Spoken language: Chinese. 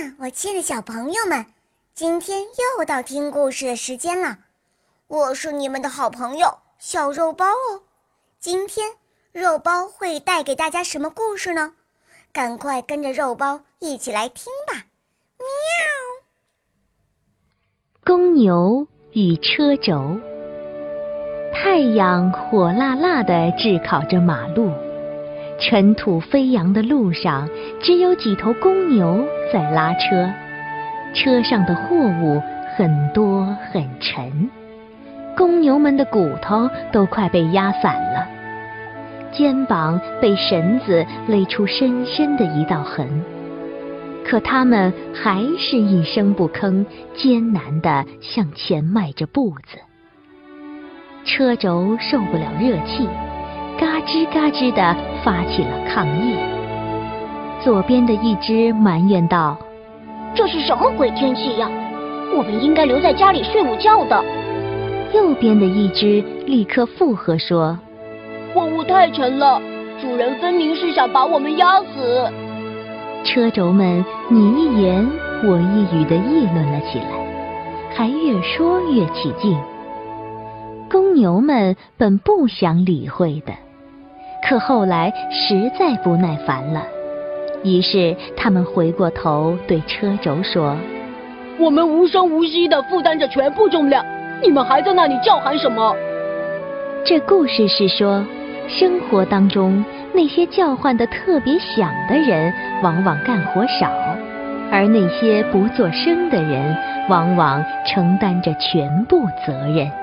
我亲爱的小朋友们，今天又到听故事的时间了。我是你们的好朋友小肉包哦。今天肉包会带给大家什么故事呢？赶快跟着肉包一起来听吧。喵！ 公牛与车轴。太阳火辣辣地炙烤着马路，尘土飞扬的路上，只有几头公牛在拉车。车上的货物很多很沉，公牛们的骨头都快被压散了，肩膀被绳子勒出深深的一道痕。可他们还是一声不吭，艰难地向前迈着步子。车轴受不了热气，嘎吱嘎吱地发起了抗议。左边的一只埋怨道：“ 这是什么鬼天气呀？我们应该留在家里睡午觉的。” 右边的一只立刻附和说：“ 货物太沉了，主人分明是想把我们压死。” 车轴们你一言我一语地议论了起来，还越说越起劲。公牛们本不想理会的，可后来实在不耐烦了，于是他们回过头对车轴说：“ 我们无声无息地负担着全部重量，你们还在那里叫喊什么？” 这故事是说，生活当中那些叫唤得特别响的人往往干活少，而那些不作声的人往往承担着全部责任。